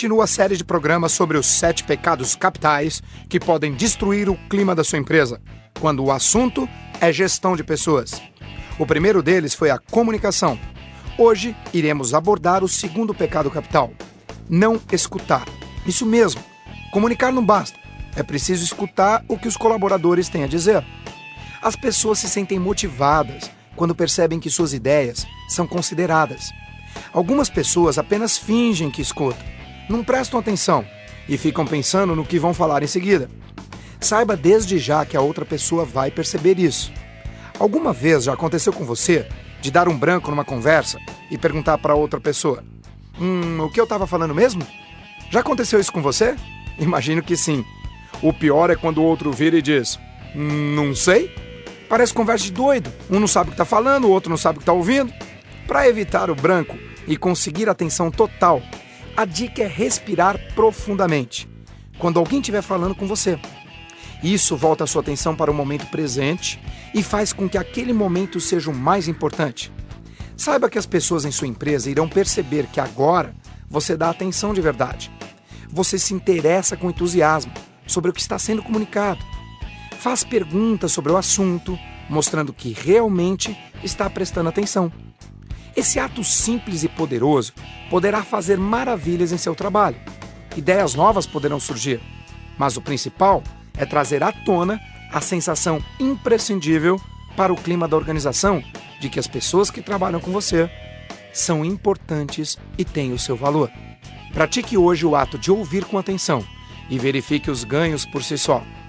continua a série de programas sobre os 7 pecados capitais que podem destruir o clima da sua empresa, quando o assunto é gestão de pessoas. O primeiro deles foi a comunicação. Hoje iremos abordar o segundo pecado capital: não escutar. Isso mesmo, comunicar não basta, é preciso escutar o que os colaboradores têm a dizer. As pessoas se sentem motivadas quando percebem que suas ideias são consideradas. Algumas pessoas apenas fingem que escutam, não prestam atenção e ficam pensando no que vão falar em seguida. Saiba desde já que a outra pessoa vai perceber isso. Alguma vez já aconteceu com você de dar um branco numa conversa e perguntar para outra pessoa: o que eu estava falando mesmo? Já aconteceu isso com você? Imagino que sim. O pior é quando o outro vira e diz: não sei. Parece conversa de doido. Um não sabe o que está falando, o outro não sabe o que está ouvindo. Para evitar o branco e conseguir atenção total, a dica é respirar profundamente quando alguém estiver falando com você. Isso volta a sua atenção para o momento presente e faz com que aquele momento seja o mais importante. Saiba que as pessoas em sua empresa irão perceber que agora você dá atenção de verdade. Você se interessa com entusiasmo sobre o que está sendo comunicado. Faz perguntas sobre o assunto, mostrando que realmente está prestando atenção. Esse ato simples e poderoso poderá fazer maravilhas em seu trabalho. Ideias novas poderão surgir, mas o principal é trazer à tona a sensação imprescindível para o clima da organização de que as pessoas que trabalham com você são importantes e têm o seu valor. Pratique hoje o ato de ouvir com atenção e verifique os ganhos por si só.